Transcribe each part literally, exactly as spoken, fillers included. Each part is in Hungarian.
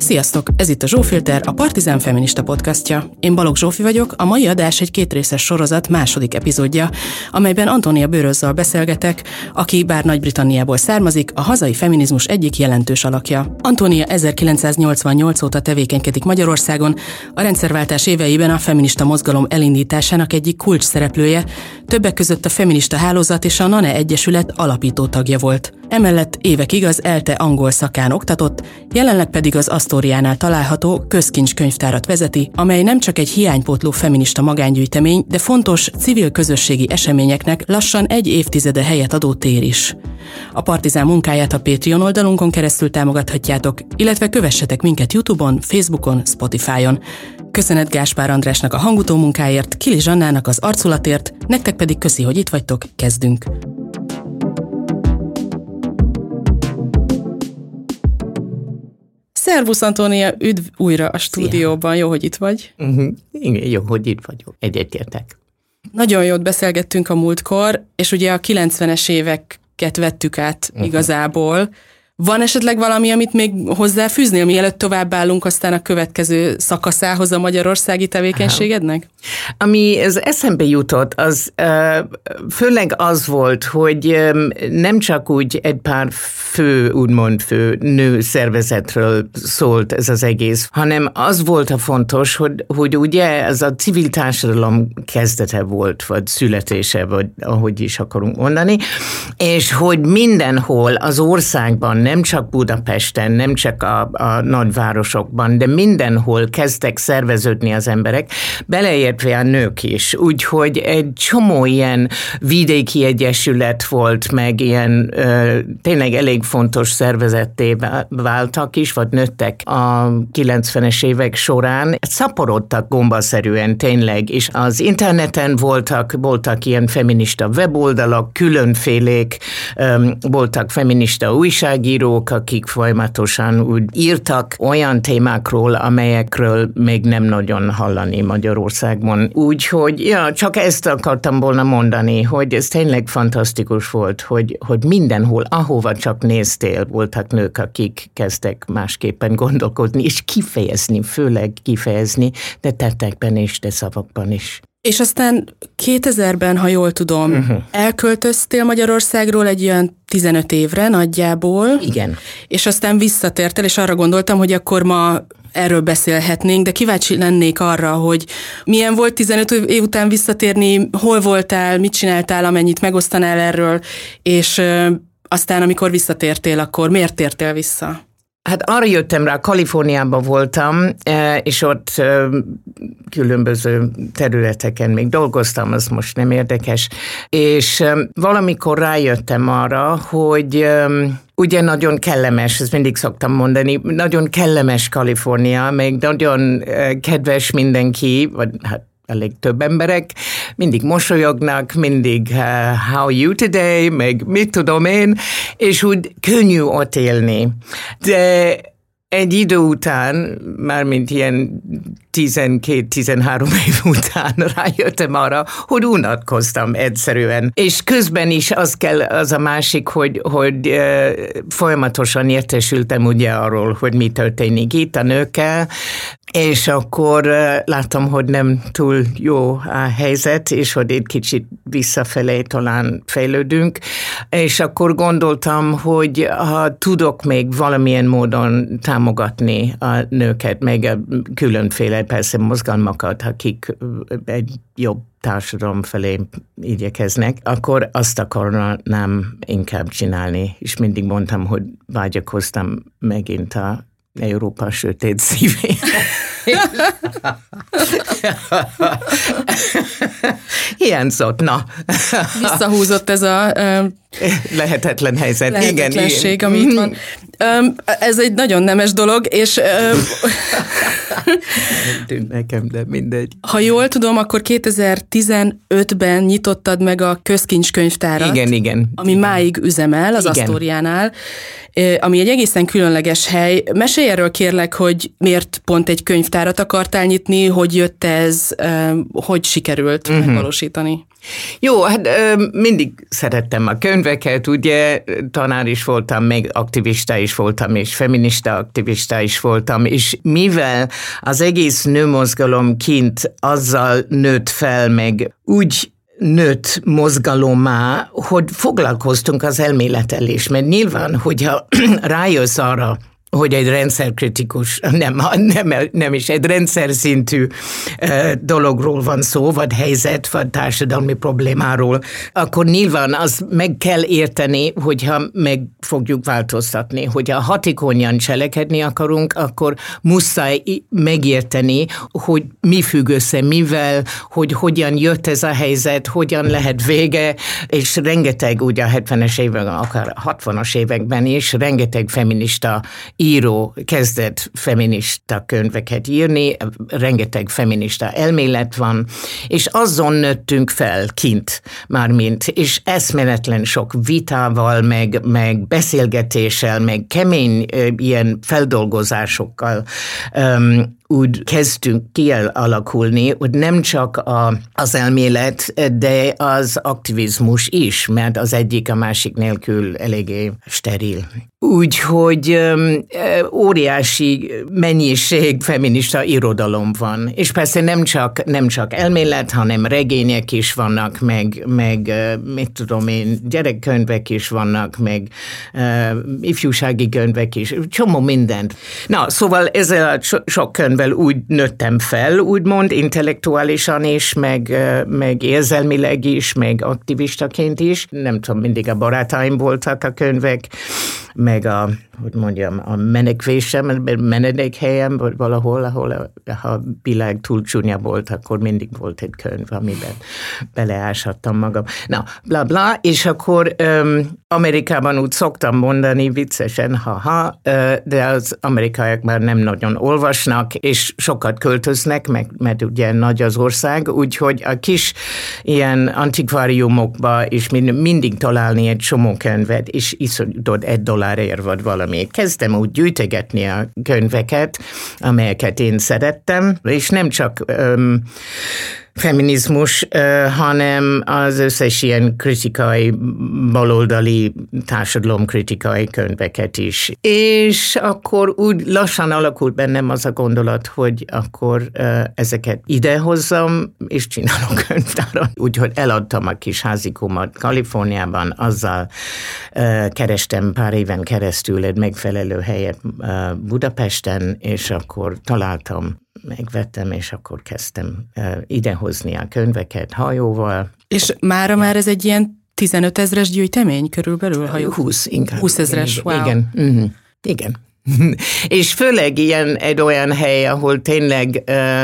Sziasztok! Ez itt a Zsófilter, a Partizán feminista podcastja. Én Balogh Zsófi vagyok, a mai adás egy kétrészes sorozat második epizódja, amelyben Antónia Burroughs-zal beszélgetek, aki bár Nagy-Britanniából származik, a hazai feminizmus egyik jelentős alakja. Antónia ezerkilencszáznyolcvannyolc óta tevékenykedik Magyarországon, a rendszerváltás éveiben a feminista mozgalom elindításának egyik kulcs szereplője, többek között a Feminista Hálózat és a NANE Egyesület alapító tagja volt. Emellett évekig az ELTE angol szakán oktatott, jelenleg pedig az Asztóriánál található közkincskönyvtárat vezeti, amely nem csak egy hiánypótló feminista magángyűjtemény, de fontos civil közösségi eseményeknek lassan egy évtizede helyet adó tér is. A Partizán munkáját a Patreon oldalunkon keresztül támogathatjátok, illetve kövessetek minket YouTube-on, Facebookon, Spotify-on. Köszönet Gáspár Andrásnak a hangutó munkáért, Kili Zsannának az arculatért, nektek pedig köszi, hogy itt vagytok, kezdünk! Szervusz, Antónia, üdv újra a stúdióban, jó, hogy itt vagy. Uh-huh. Igen, jó, hogy itt vagyok, egyetértek. Nagyon jót beszélgettünk a múltkor, és ugye a kilencvenes éveket vettük át uh-huh. igazából. Van esetleg valami, amit még hozzáfűznél, mielőtt továbbállunk aztán a következő szakaszához a magyarországi tevékenységednek? Ami az eszembe jutott, az főleg az volt, hogy nem csak úgy egy pár fő, úgymond fő nő szervezetről szólt ez az egész, hanem az volt a fontos, hogy, hogy ugye ez a civil társadalom kezdete volt, vagy születése, vagy ahogy is akarunk mondani, és hogy mindenhol az országban, nem csak Budapesten, nem csak a, a nagyvárosokban, de mindenhol kezdtek szerveződni az emberek, beleértve a nők is. Úgyhogy egy csomó ilyen vidéki egyesület volt, meg ilyen ö, tényleg elég fontos szervezetté váltak is, vagy nőttek a kilencvenes évek során. Szaporodtak gombaszerűen tényleg, és az interneten voltak, voltak ilyen feminista weboldalak, különfélék, ö, voltak feminista újságírók, akik folyamatosan úgy írtak olyan témákról, amelyekről még nem nagyon hallani Magyarországon. Úgyhogy ja, csak ezt akartam volna mondani, hogy ez tényleg fantasztikus volt, hogy, hogy mindenhol, ahova csak néztél, voltak nők, akik kezdtek másképpen gondolkodni, és kifejezni, főleg kifejezni, de tettekben is, de szavakban is. És aztán kétezerben, ha jól tudom, uh-huh. elköltöztél Magyarországról egy olyan tizenöt évre nagyjából. Igen. És aztán visszatértél, és arra gondoltam, hogy akkor ma erről beszélhetnénk, de kíváncsi lennék arra, hogy milyen volt tizenöt év után visszatérni, hol voltál, mit csináltál, amennyit megosztanál erről, és aztán amikor visszatértél, akkor miért tértél vissza? Hát arra jöttem rá, Kaliforniában voltam, és ott különböző területeken még dolgoztam, az most nem érdekes, és valamikor rájöttem arra, hogy ugye nagyon kellemes, ezt mindig szoktam mondani, nagyon kellemes Kalifornia, még nagyon kedves mindenki, vagy hát elég több emberek, mindig mosolyognak, mindig uh, how are you today, meg mit tudom én, és úgy könnyű ott élni. De egy idő után, mármint ilyen tizenkét-tizenhárom év után rájöttem arra, hogy unatkoztam egyszerűen. És közben is az kell, az a másik, hogy, hogy uh, folyamatosan értesültem ugye arról, hogy mi történik itt a nőkkel, és akkor uh, láttam, hogy nem túl jó a helyzet, és hogy egy kicsit visszafelé talán fejlődünk, és akkor gondoltam, hogy ha tudok még valamilyen módon támogatni a nőket, meg a különféle persze mozgalmakat, akik egy jobb társadalom felé igyekeznek, akkor azt akarnám inkább csinálni. És mindig mondtam, hogy vágyakoztam megint a Európa sötét szívére. Hiányzott, na. Visszahúzott ez a... Uh, lehetetlen helyzet. Lehetetlenség, igen, ami itt van. Um, ez egy nagyon nemes dolog, és... Uh, nekem, de mindegy. Ha jól tudom, akkor kétezer-tizenötben nyitottad meg a közkincskönyvtárat. Igen, igen. Ami igen. máig üzemel az igen. Asztóriánál, ami egy egészen különleges hely. Mesélj erről kérlek, hogy miért pont egy könyvtárat akartál nyitni, hogy jött ez, hogy sikerült uh-huh. megvalósítani? Jó, hát mindig szerettem a könyveket, ugye tanár is voltam, meg aktivista is voltam, és feminista aktivista is voltam, és mivel az egész nőmozgalom kint azzal nőtt fel, meg úgy nőtt mozgalommá, hogy foglalkoztunk az elmélettel is, mert nyilván, hogyha rájössz arra, hogy egy rendszerkritikus, nem, nem, nem is egy rendszer szintű dologról van szó, vagy helyzet, vagy társadalmi problémáról, akkor nyilván az meg kell érteni, hogyha meg fogjuk változtatni. Hogyha hatékonyan cselekedni akarunk, akkor muszáj megérteni, hogy mi függ össze, mivel, hogy hogyan jött ez a helyzet, hogyan lehet vége, és rengeteg, ugye a hetvenes években, akár hatvanas években is, rengeteg feminista író kezdett feminista könyveket írni, rengeteg feminista elmélet van, és azon nőttünk fel kint mármint, és eszméletlen sok vitával, meg, meg beszélgetéssel, meg kemény ilyen feldolgozásokkal um, úgy kezdtünk kialakulni, hogy nem csak a, az elmélet, de az aktivizmus is, mert az egyik a másik nélkül eléggé steril. Úgyhogy um, óriási mennyiség feminista irodalom van. És persze nem csak, nem csak elmélet, hanem regények is vannak, meg, meg mit tudom én, gyerekkönyvek is vannak, meg uh, ifjúsági könyvek is, csomó mindent. Na, szóval ezzel a so- sok könyvvel úgy nőttem fel, úgymond intellektuálisan is, meg, meg érzelmileg is, meg aktivistaként is. Nem tudom, mindig a barátaim voltak a könyvek, meg a, hogy mondjam, a menekvésem, menedékhelyem, vagy valahol, ahol a, a világ túl csúnya volt, akkor mindig volt egy könyv, amiben beleáshattam magam. Na, bla bla, és akkor um, Amerikában úgy szoktam mondani viccesen, ha-ha, de az amerikaiak már nem nagyon olvasnak, és sokat költöznek, meg, mert ugye nagy az ország, úgyhogy a kis ilyen antikváriumokba is mindig találni egy csomó könyvet, és iszonyúdod egy dollárért vagy valami. Kezdtem úgy gyűjtegetni a könyveket, amelyeket én szerettem, és nem csak um, feminizmus, uh, hanem az összes ilyen kritikai, baloldali társadalomkritikai könyveket is. És akkor úgy lassan alakult bennem az a gondolat, hogy akkor uh, ezeket idehozzam, és csinálok könyvtárat. Úgyhogy eladtam a kis házikumat Kaliforniában, azzal uh, kerestem pár éven keresztül egy megfelelő helyet uh, Budapesten, és akkor találtam, megvettem, és akkor kezdtem uh, idehozni a könyveket hajóval. És mára már ez egy ilyen tizenöt ezres gyűjtemény körülbelül? Hajó? húsz inkább. húsz ezres, wow. Igen, uh-huh. igen. És főleg ilyen egy olyan hely, ahol tényleg uh,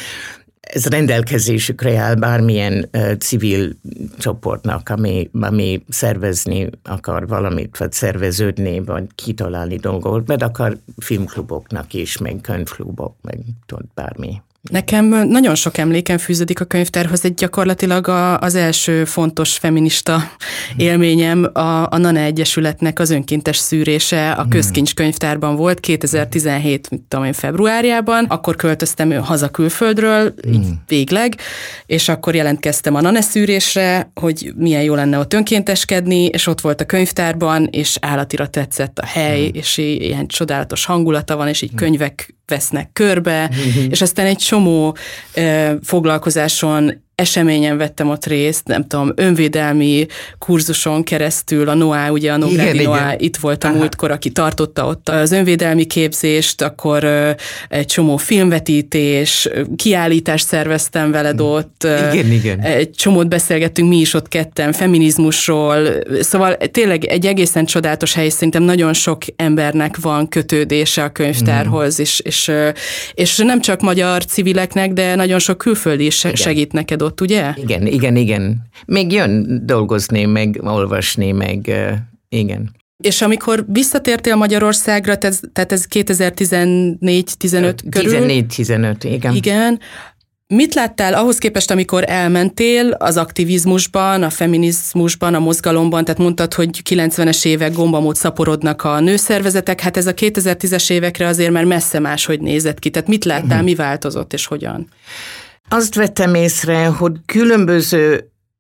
ez rendelkezésükre áll bármilyen uh, civil csoportnak, ami, ami szervezni akar valamit, vagy szerveződni, vagy kitalálni dolgot, mert akar filmkluboknak is, meg könyvklubok, meg tudod, bármi. Nekem nagyon sok emlékem fűződik a könyvtárhoz, egy gyakorlatilag a, az első fontos feminista élményem a, a NANE Egyesületnek az önkéntes szűrése a Közkincs könyvtárban volt kétezer-tizenhét, mit tudom én, februárjában, akkor költöztem haza külföldről, így végleg, és akkor jelentkeztem a NANE szűrésre, hogy milyen jó lenne ott önkénteskedni, és ott volt a könyvtárban, és állatira tetszett a hely, és ilyen csodálatos hangulata van, és így könyvek vesznek körbe, mm-hmm. és aztán egy csomó e, foglalkozáson, eseményen vettem ott részt, nem tudom, önvédelmi kurzuson keresztül, a Noá, ugye a Nógrádi Noá itt volt a Aha. múltkor, aki tartotta ott az önvédelmi képzést, akkor e, egy csomó filmvetítés, kiállítást szerveztem veled ott, igen, igen. egy csomót beszélgettünk mi is ott ketten, feminizmusról, szóval tényleg egy egészen csodálatos hely, szerintem nagyon sok embernek van kötődése a könyvtárhoz, mm. és, és, és nem csak magyar civileknek, de nagyon sok külföldi is igen. segít neked ott, ugye? Igen, igen, igen. Még jön dolgozni, meg olvasni, meg uh, igen. És amikor visszatértél Magyarországra, tehát ez kétezer-tizennégy tizenöt körül? tizennégy tizenöt, igen. Igen. Mit láttál ahhoz képest, amikor elmentél az aktivizmusban, a feminizmusban, a mozgalomban, tehát mondtad, hogy kilencvenes évek gombamód szaporodnak a nőszervezetek, hát ez a kétezer-tízes évekre azért már messze máshogy nézett ki. Tehát mit láttál, mi változott és hogyan? Azt vettem észre, hogy különböző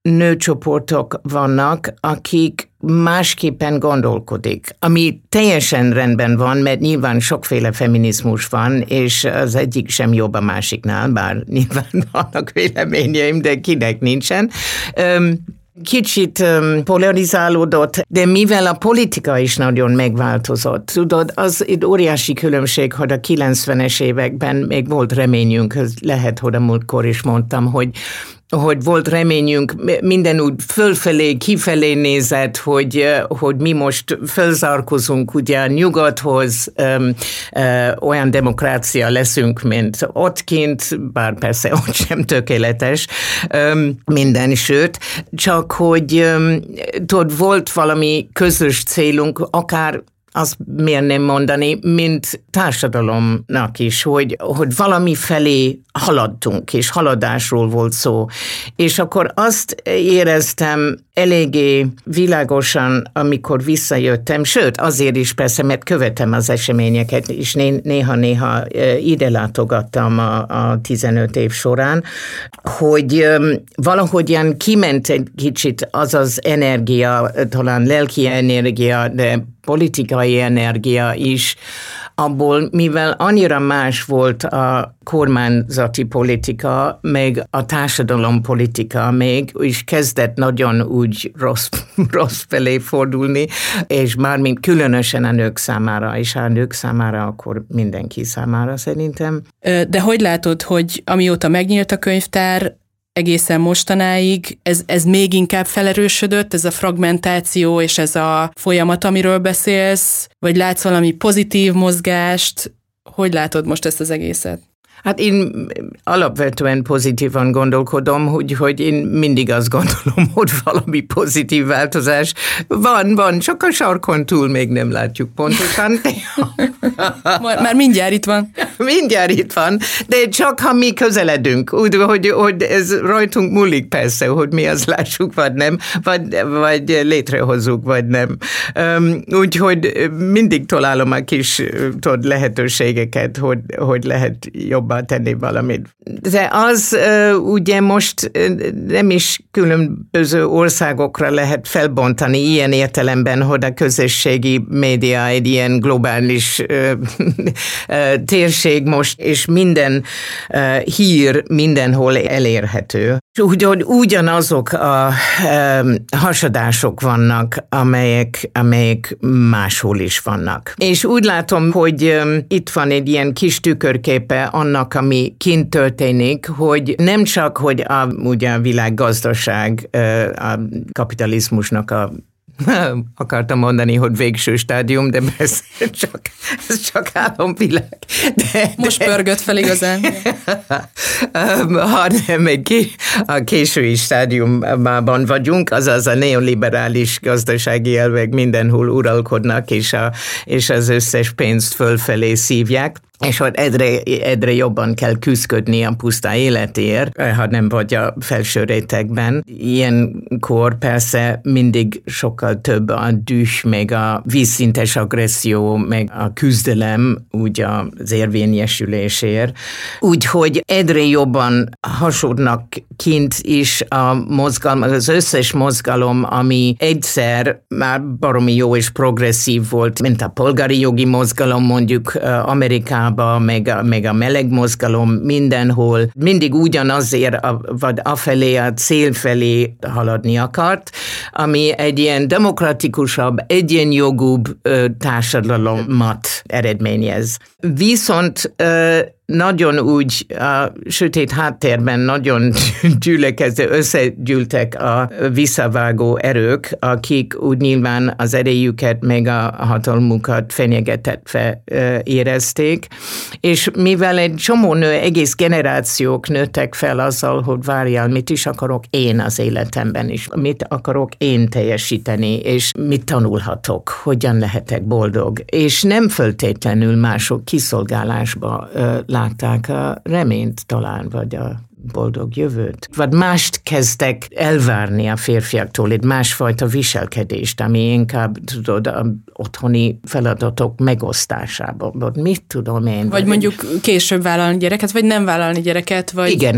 nőcsoportok vannak, akik másképpen gondolkodik, ami teljesen rendben van, mert nyilván sokféle feminizmus van, és az egyik sem jobb a másiknál, bár nyilván vannak véleményeim, de kinek nincsen. Kicsit polarizálódott, de mivel a politika is nagyon megváltozott, tudod, az egy óriási különbség, hogy a kilencvenes években még volt reményünk, lehet, hogy a múltkor is mondtam, hogy hogy volt reményünk, minden úgy fölfelé, kifelé nézett, hogy, hogy mi most fölzárkozunk ugye a nyugathoz, ö, ö, olyan demokrácia leszünk, mint ott kint, bár persze ott sem tökéletes ö, minden, sőt, csak hogy ö, tudod, volt valami közös célunk, akár azt miért nem mondani, mint társadalomnak is, hogy, hogy valami felé haladtunk, és haladásról volt szó. És akkor azt éreztem eléggé világosan, amikor visszajöttem, sőt, azért is persze, mert követem az eseményeket, és néha-néha ide látogattam a, a tizenöt év során, hogy valahogyan kiment egy kicsit az az energia, talán lelki energia, de politikai energia is, abból, mivel annyira más volt a kormányzati politika, meg a társadalompolitika még, és kezdett nagyon úgy rossz, rossz felé fordulni, és mármint különösen a nők számára, és a nők számára, akkor mindenki számára szerintem. De hogy látod, hogy amióta megnyílt a könyvtár, egészen mostanáig ez, ez még inkább felerősödött, ez a fragmentáció és ez a folyamat, amiről beszélsz, vagy látsz valami pozitív mozgást? Hogy látod most ezt az egészet? Hát én alapvetően pozitívan gondolkodom, hogy, hogy én mindig azt gondolom, hogy valami pozitív változás van, van, csak a sarkon túl még nem látjuk pontosan. Már mindjárt itt van. Mindjárt itt van, de csak ha mi közeledünk, úgy, hogy, hogy ez rajtunk múlik persze, hogy mi azt lássuk, vagy nem, vagy, vagy létrehozzuk, vagy nem. Um, úgyhogy mindig találom a kis tudod, lehetőségeket, hogy, hogy lehet jobban tenni valamit. De az ugye most nem is különböző országokra lehet felbontani ilyen értelemben, hogy a közösségi média egy ilyen globális térség most, és minden hír mindenhol elérhető. Úgyhogy ugyanazok a hasadások vannak, amelyek, amelyek máshol is vannak. És úgy látom, hogy itt van egy ilyen kis tükörképe annak, ami kint történik, hogy nem csak, hogy a, ugye a világgazdaság, a kapitalizmusnak a akartam mondani, hogy végső stádium, de ez csak, ez csak álomvilág. De, Most de, pörgött fel igazán. hanem még a késői stádiumban vagyunk, azaz a neoliberális gazdasági elvek mindenhol uralkodnak, és, a, és az összes pénzt fölfelé szívják. És hogy egyre, egyre jobban kell küzdködni a puszta életért, ha nem vagy a felső rétegben. Ilyenkor persze mindig sokkal több a düh, meg a vízszintes agresszió, meg a küzdelem, úgy az érvényesülésért. Úgyhogy egyre jobban hasonlnak kint is a mozgalom, az összes mozgalom, ami egyszer már baromi jó és progresszív volt, mint a polgári jogi mozgalom mondjuk Amerikában, meg a, meg a meleg mozgalom mindenhol, mindig ugyanazért, a, vagy afelé, a cél felé haladni akart, ami egy ilyen demokratikusabb, egyenjogúbb ö, társadalomat eredményez. Viszont ö, nagyon úgy a sötét háttérben nagyon gyülekező, összegyűltek a visszavágó erők, akik úgy nyilván az erejüket meg a hatalmukat fenyegetetve érezték, és mivel egy csomó nő, egész generációk nőttek fel azzal, hogy várjál, mit is akarok én az életemben is, mit akarok én teljesíteni, és mit tanulhatok, hogyan lehetek boldog, és nem föltétlenül mások kiszolgálásba látták a reményt talán, vagy a boldog jövőt. Vagy mást kezdtek elvárni a férfiaktól, egy másfajta viselkedést, ami inkább, tudod, a otthoni feladatok megosztásában. Mit tudom én? Vagy mondjuk később vállalni gyereket, vagy nem vállalni gyereket, vagy... Igen.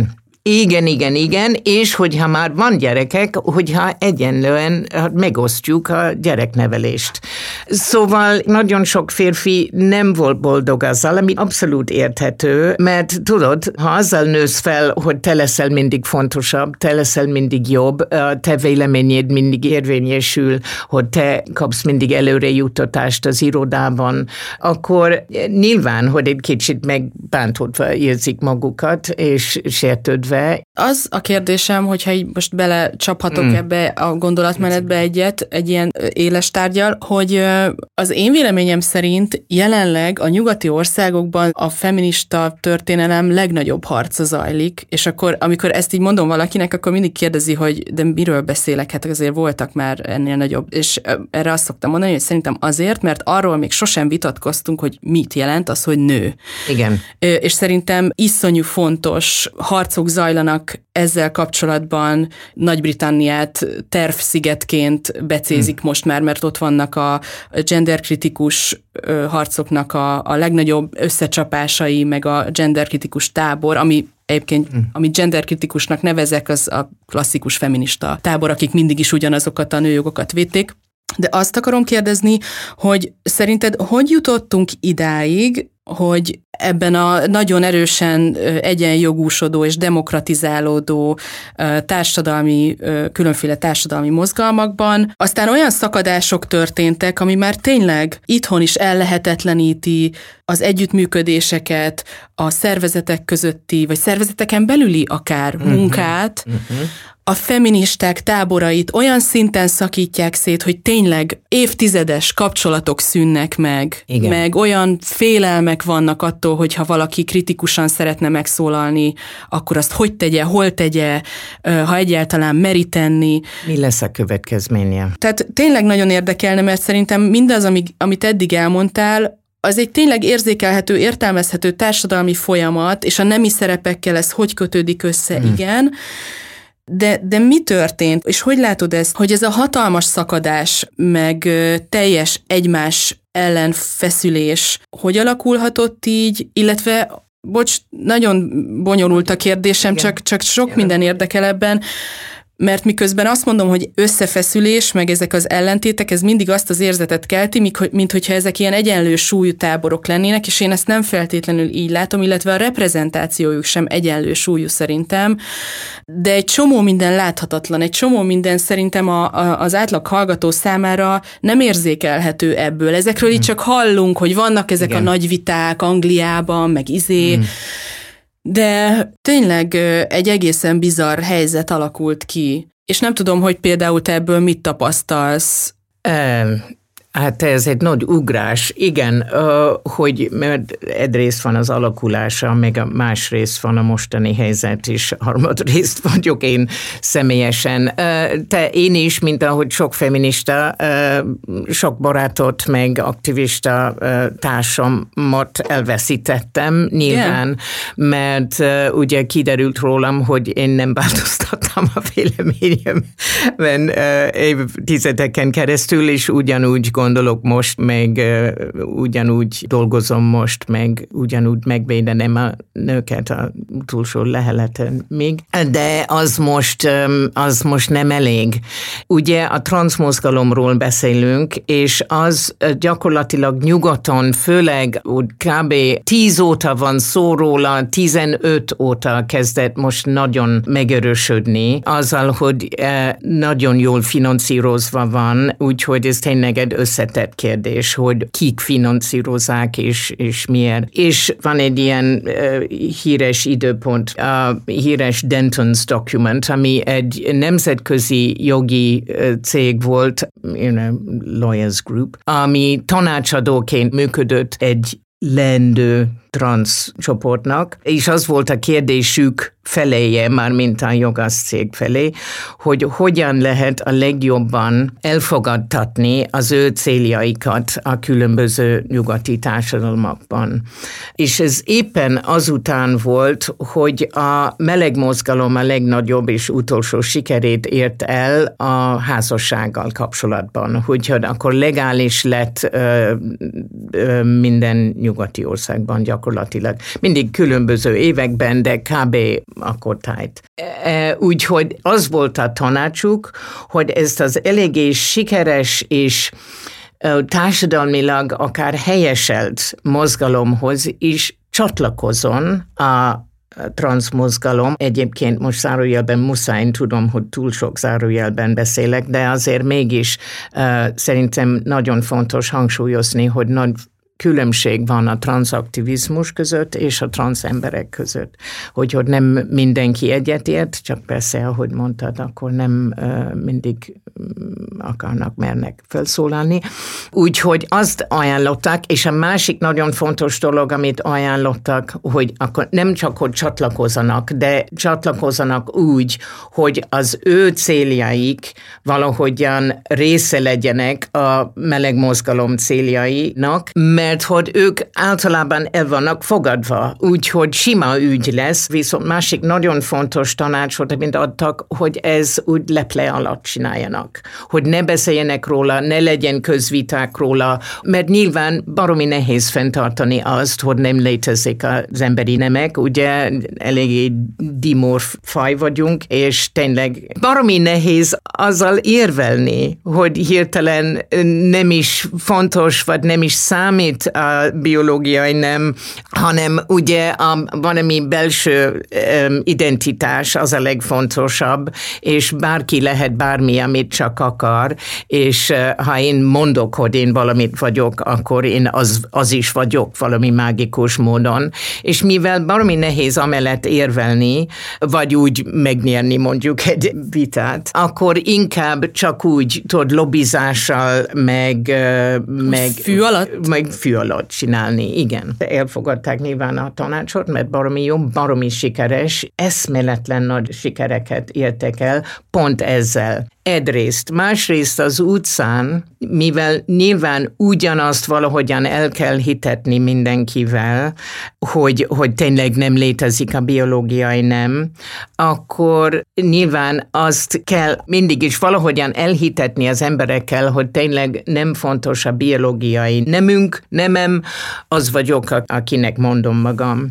Igen, igen, igen, és hogyha már van gyerekek, hogyha egyenlően megosztjuk a gyereknevelést. Szóval nagyon sok férfi nem volt boldog azzal, ami abszolút érthető, mert tudod, ha azzal nősz fel, hogy te leszel mindig fontosabb, te leszel mindig jobb, a te véleményed mindig érvényesül, hogy te kapsz mindig előre juttatást az irodában, akkor nyilván, hogy egy kicsit megbántodva érzik magukat, és sértődve. Az a kérdésem, hogyha így most belecsaphatok mm. ebbe a gondolatmenetbe egyet, egy ilyen éles tárgyal, hogy az én véleményem szerint jelenleg a nyugati országokban a feminista történelem legnagyobb harca zajlik, és akkor, amikor ezt így mondom valakinek, akkor mindig kérdezi, hogy de miről beszélek, hát azért voltak már ennél nagyobb, és erre azt szoktam mondani, hogy szerintem azért, mert arról még sosem vitatkoztunk, hogy mit jelent az, hogy nő. Igen. És szerintem iszonyú fontos harcok zajlanak ezzel kapcsolatban. Nagy-Britanniát tervszigetként becézik hmm. most már, mert ott vannak a genderkritikus harcoknak a, a legnagyobb összecsapásai, meg a genderkritikus tábor, ami egyébként, hmm. amit genderkritikusnak nevezek, az a klasszikus feminista tábor, akik mindig is ugyanazokat a nőjogokat védték. De azt akarom kérdezni, hogy szerinted hogy jutottunk idáig, hogy ebben a nagyon erősen egyenjogúsodó és demokratizálódó társadalmi, különféle társadalmi mozgalmakban aztán olyan szakadások történtek, ami már tényleg itthon is ellehetetleníti az együttműködéseket, a szervezetek közötti, vagy szervezeteken belüli akár uh-huh. munkát, uh-huh. a feministák táborait olyan szinten szakítják szét, hogy tényleg évtizedes kapcsolatok szűnnek meg, igen. meg olyan félelmek vannak attól, hogyha valaki kritikusan szeretne megszólalni, akkor azt hogy tegye, hol tegye, ha egyáltalán meri tenni. Mi lesz a következménye? Tehát tényleg nagyon érdekelne, mert szerintem mindaz, amit eddig elmondtál, az egy tényleg érzékelhető, értelmezhető társadalmi folyamat, és a nemi szerepekkel ez hogy kötődik össze, hmm. igen. De, de mi történt, és hogy látod ezt, hogy ez a hatalmas szakadás, meg teljes egymás ellen feszülés, hogy alakulhatott így, illetve, bocs, nagyon bonyolult a kérdésem, csak, csak sok Igen. minden érdekel ebben, mert miközben azt mondom, hogy összefeszülés, meg ezek az ellentétek, ez mindig azt az érzetet kelti, mint hogyha ezek ilyen egyenlő súlyú táborok lennének, és én ezt nem feltétlenül így látom, illetve a reprezentációjuk sem egyenlő súlyú szerintem, de egy csomó minden láthatatlan, egy csomó minden szerintem a, a, az átlag hallgató számára nem érzékelhető ebből. Ezekről hmm. így csak hallunk, hogy vannak ezek Igen. a nagy viták Angliában, meg izé, hmm. de tényleg egy egészen bizarr helyzet alakult ki. És nem tudom, hogy például te ebből mit tapasztalsz. Um. Hát ez egy nagy ugrás, igen, hogy mert egyrészt van az alakulása, meg a másrészt van a mostani helyzet, és harmadrészt vagyok én személyesen. Te én is, mint ahogy sok feminista, sok barátot, meg aktivista társamat elveszítettem, nyilván, yeah. mert ugye kiderült rólam, hogy én nem változtattam a véleményemben évtizedeken keresztül, és ugyanúgy gondolok most, meg uh, ugyanúgy dolgozom most, meg ugyanúgy megvédenem a nőket a utolsó leheleten még. De az most, um, az most nem elég. Ugye a transzmozgalomról beszélünk, és az gyakorlatilag nyugaton, főleg úgy kb. tíz óta van szó róla, tizenöt óta kezdett most nagyon megerősödni, azzal, hogy uh, nagyon jól finanszírozva van, úgyhogy ez tényleg egy összetett kérdés, hogy kik finanszírozzák és, és miért. És van egy ilyen uh, híres időpont, a híres Denton's Document, ami egy nemzetközi jogi uh, cég volt, you know, lawyers group, ami tanácsadóként működött egy leendő transz csoportnak, és az volt a kérdésük feléje, már mint a jogász cég felé, hogy hogyan lehet a legjobban elfogadtatni az ő céljaikat a különböző nyugati társadalmakban. És ez éppen azután volt, hogy a meleg mozgalom a legnagyobb és utolsó sikerét ért el a házassággal kapcsolatban, hogy akkor legális lett ö, ö, minden nyugati országban gyakorlatilag gyakorlatilag. Mindig különböző években, de kb. Akkor tájt. Úgyhogy az volt a tanácsuk, hogy ezt az eléggé sikeres és társadalmilag akár helyeselt mozgalomhoz is csatlakozon a transzmozgalom. Egyébként most zárójelben muszáj, tudom, hogy túl sok zárójelben beszélek, de azért mégis uh, szerintem nagyon fontos hangsúlyozni, hogy nagy különbség van a transzaktivizmus között és a transz emberek között. Hogy, hogy nem mindenki egyetért, csak persze, ahogy mondtad, akkor nem uh, mindig akarnak, mernek felszólalni. Úgyhogy azt ajánlották, és a másik nagyon fontos dolog, amit ajánlottak, hogy akkor nem csak, hogy csatlakozzanak, de csatlakozzanak úgy, hogy az ő céljaik valahogyan része legyenek a meleg mozgalom céljainak, mert hogy ők általában el vannak fogadva, úgyhogy sima ügy lesz, viszont másik nagyon fontos tanácsot, amit adtak, hogy ez úgy leple alatt csináljanak. Hogy ne beszéljenek róla, ne legyen közviták róla, mert nyilván baromi nehéz fenntartani azt, hogy nem létezik az emberi nemek, ugye eléggé dimorf faj vagyunk, és tényleg baromi nehéz azzal érvelni, hogy hirtelen nem is fontos, vagy nem is számít a biológiai nem, hanem ugye a valami belső um, identitás az a legfontosabb, és bárki lehet bármi, amit csak akar, és uh, ha én mondok, hogy én valamit vagyok, akkor én az, az is vagyok valami mágikus módon, és mivel valami nehéz amellett érvelni, vagy úgy megnyerni mondjuk egy vitát, akkor inkább csak úgy, tudod, lobbizással, meg, uh, meg fű alatt? Meg fű alatt csinálni, igen. Elfogadták nyilván a tanácsot, mert baromi jó, baromi sikeres, eszméletlen nagy sikereket értek el, pont ezzel. Egyrészt. Másrészt az utcán, mivel nyilván ugyanazt valahogyan el kell hitetni mindenkivel, hogy, hogy tényleg nem létezik a biológiai nem, akkor nyilván azt kell mindig is valahogyan elhitetni az emberekkel, hogy tényleg nem fontos a biológiai nemünk, nemem, az vagyok, akinek mondom magam.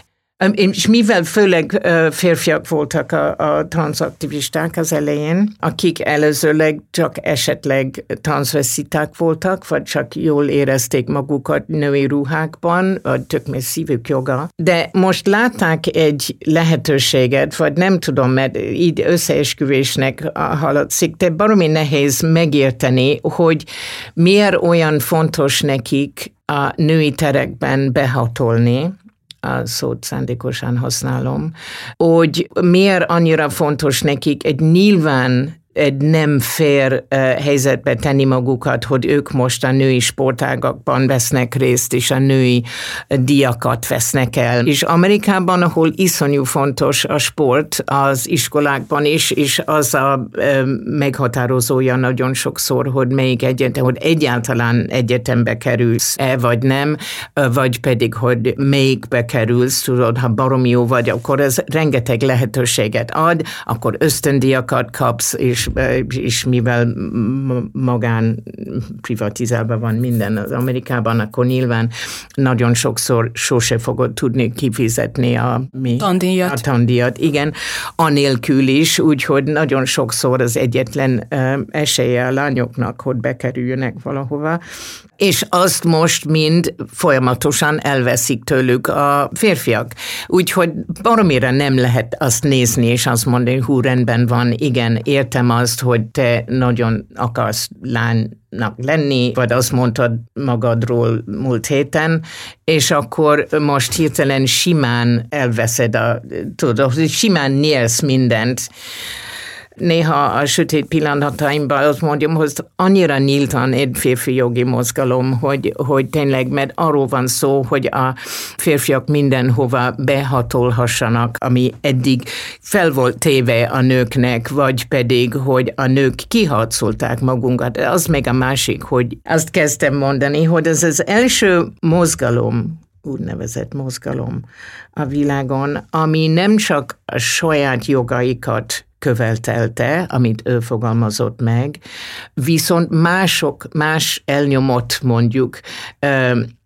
És mivel főleg férfiak voltak a, a transzaktivisták az elején, akik előzőleg csak esetleg transzvesziták voltak, vagy csak jól érezték magukat női ruhákban, vagy tök még szívük joga. De most látták egy lehetőséget, vagy nem tudom, mert így összeesküvésnek hallatszik, de baromi nehéz megérteni, hogy miért olyan fontos nekik a női terekben behatolni, a szót szándékosan használom, hogy miért annyira fontos nekik egy nyilván egy nem fair uh, helyzetbe tenni magukat, hogy ők most a női sportágakban vesznek részt, és a női díjakat vesznek el. És Amerikában, ahol iszonyú fontos a sport az iskolákban is, és az a uh, meghatározója nagyon sokszor, hogy melyik egyetem, hogy egyáltalán egyetembe kerülsz-e, vagy nem, vagy pedig, hogy melyikbe kerülsz, tudod, ha baromi jó vagy, akkor ez rengeteg lehetőséget ad, akkor ösztöndíjakat kapsz, és és mivel magán privatizálva van minden az Amerikában, akkor nyilván nagyon sokszor sose fogod tudni kifizetni a, mi? Tandíjat. a tandíjat. Igen, anélkül is, úgyhogy nagyon sokszor az egyetlen uh, esélye a lányoknak, hogy bekerüljönek valahova, és azt most mind folyamatosan elveszik tőlük a férfiak. Úgyhogy baromira nem lehet azt nézni, és azt mondani, hú, rendben van, igen, értem azt, hogy te nagyon akarsz lánynak lenni, vagy azt mondtad magadról múlt héten, és akkor most hirtelen simán elveszed a, tudod, simán nyersz mindent. Néha a sötét pillanataimban azt mondjam, hogy annyira nyíltan egy férfi jogi mozgalom, hogy, hogy tényleg, mert arról van szó, hogy a férfiak mindenhova behatolhassanak, ami eddig fel volt téve a nőknek, vagy pedig, hogy a nők kiharcolták magunkat. Az meg a másik, hogy azt kezdtem mondani, hogy ez az első mozgalom, úgynevezett mozgalom a világon, ami nem csak a saját jogaikat követelte, amit ő fogalmazott meg, viszont mások, más elnyomott mondjuk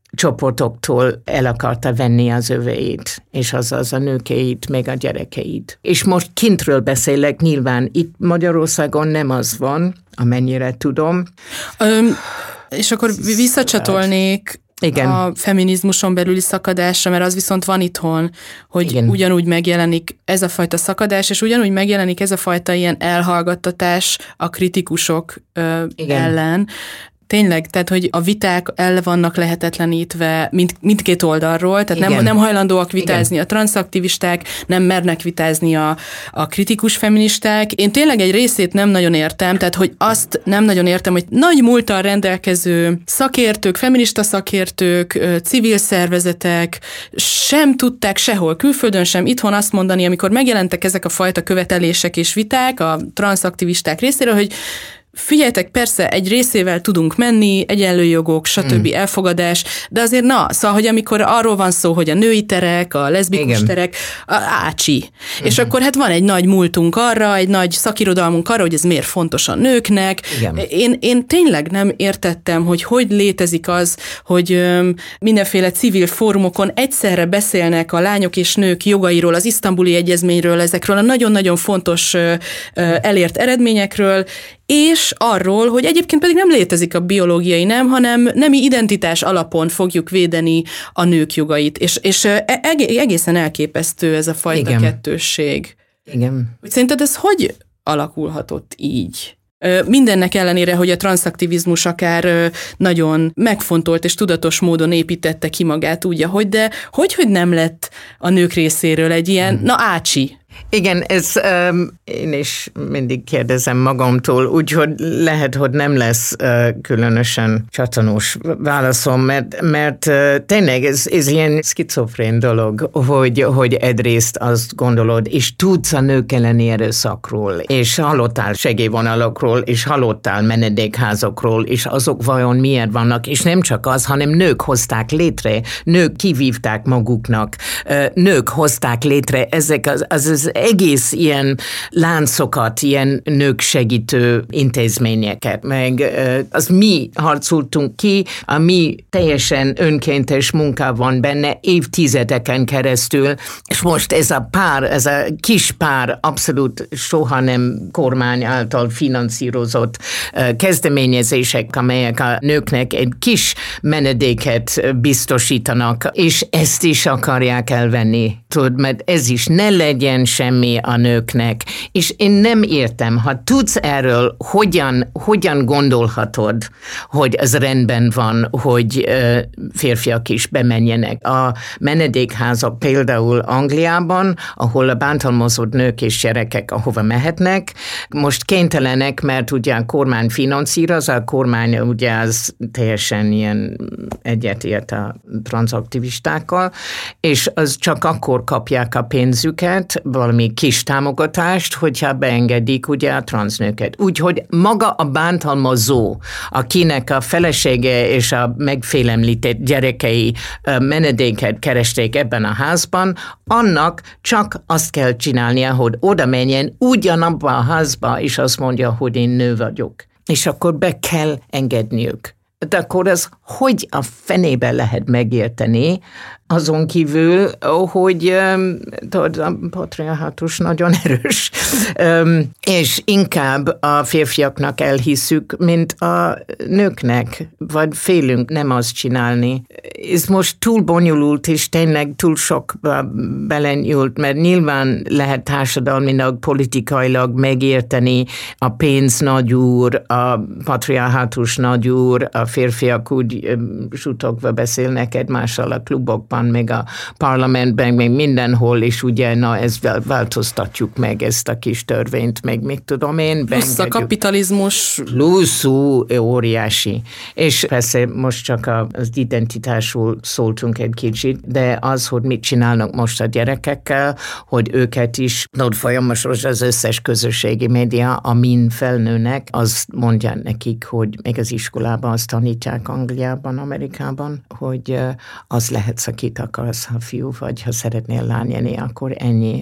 csoportoktól el akarta venni az övéit, és azaz a nőkeit, meg a gyerekeit. És most kintről beszélek, nyilván itt Magyarországon nem az van, amennyire tudom. Öm, és akkor visszacsatolnék Igen. a feminizmuson belüli szakadásra, mert az viszont van itthon, hogy Igen. ugyanúgy megjelenik ez a fajta szakadás, és ugyanúgy megjelenik ez a fajta ilyen elhallgattatás a kritikusok ö, ellen. Tényleg, tehát, hogy a viták el vannak lehetetlenítve mind, mindkét oldalról, tehát nem, nem hajlandóak vitázni Igen. a transzaktivisták, nem mernek vitázni a, a kritikus feministák. Én tényleg egy részét nem nagyon értem, tehát, hogy azt nem nagyon értem, hogy nagy múlttal rendelkező szakértők, feminista szakértők, civil szervezetek sem tudták sehol, külföldön sem, itthon azt mondani, amikor megjelentek ezek a fajta követelések és viták a transzaktivisták részéről, hogy figyeljetek, persze egy részével tudunk menni, egyenlő jogok, stb. Mm. elfogadás, de azért na, szóval, hogy amikor arról van szó, hogy a női terek, a leszbikus Igen. terek, a, ácsi. Mm-hmm. És akkor hát van egy nagy múltunk arra, egy nagy szakirodalmunk arra, hogy ez miért fontos a nőknek. Én, én tényleg nem értettem, hogy hogy létezik az, hogy öm, mindenféle civil fórumokon egyszerre beszélnek a lányok és nők jogairól, az isztambuli egyezményről, ezekről a nagyon-nagyon fontos ö, ö, elért eredményekről, és arról, hogy egyébként pedig nem létezik a biológiai nem, hanem nemi identitás alapon fogjuk védeni a nők jogait. És, és egészen elképesztő ez a fajta Igen. kettősség. Igen. Szerinted ez hogy alakulhatott így? Mindennek ellenére, hogy a transzaktivizmus akár nagyon megfontolt és tudatos módon építette ki magát úgy, ahogy, de hogy, hogy nem lett a nők részéről egy ilyen, hmm. na ácsi? Igen, ez um, én is mindig kérdezem magamtól, úgyhogy lehet, hogy nem lesz uh, különösen csatanós válaszom, mert, mert uh, tényleg ez, ez ilyen szkizofrén dolog, hogy, hogy egyrészt azt gondolod, és tudsz a nők elleni erőszakról, és hallottál segélyvonalakról, és hallottál menedékházakról, és azok vajon miért vannak, és nem csak az, hanem nők hozták létre, nők kivívták maguknak, uh, nők hozták létre ezek az, az, az egész ilyen láncokat, ilyen nők segítő intézményeket, meg az mi harcoltunk ki, a mi teljesen önkéntes munka van benne évtizedeken keresztül, és most ez a pár, ez a kis pár abszolút soha nem kormány által finanszírozott kezdeményezések, amelyek a nőknek egy kis menedéket biztosítanak, és ezt is akarják elvenni, tudod, mert ez is ne legyen semmi a nőknek, és én nem értem, ha tudsz erről, hogyan, hogyan gondolhatod, hogy ez rendben van, hogy uh, férfiak is bemenjenek. A menedékházak például Angliában, ahol a bántalmazott nők és gyerekek ahova mehetnek, most kénytelenek, mert ugye a kormány finanszíroz, a kormány ugye az teljesen ilyen egyetért a transzaktivistákkal, és az csak akkor kapják a pénzüket, valami kis támogatást, hogyha beengedik ugye a transznőket. Úgyhogy maga a bántalmazó, akinek a felesége és a megfélemlített gyerekei menedéket keresték ebben a házban, annak csak azt kell csinálnia, hogy oda menjen ugyanabba a házba, és azt mondja, hogy én nő vagyok. És akkor be kell engedniük. De akkor az hogy a fenébe lehet megérteni, azon kívül, hogy tudod, a patriarhátus nagyon erős, és inkább a férfiaknak elhisszük, mint a nőknek, vagy félünk nem azt csinálni. Ez most túl bonyolult, és tényleg túl sok belenyúlt, mert nyilván lehet társadalmilag, politikailag megérteni a pénz nagyúr, a patriarhátus nagyúr, a férfiak úgy sutogva beszélnek egymással a klubokban, meg a parlamentben, meg mindenhol, és ugye, na, ezt változtatjuk meg, ezt a kis törvényt, meg mit tudom én. Plusz a kapitalizmus. Plusz óriási. És persze most csak az identitásról szóltunk egy kicsit, de az, hogy mit csinálnak most a gyerekekkel, hogy őket is, no, folyamatosan az összes közösségi média, amin felnőnek, azt mondják nekik, hogy még az iskolában azt tanítják Angliában, Amerikában, hogy az lehet szakítani akit akarsz, ha fiú vagy, ha szeretnél lány lenni, akkor ennyi.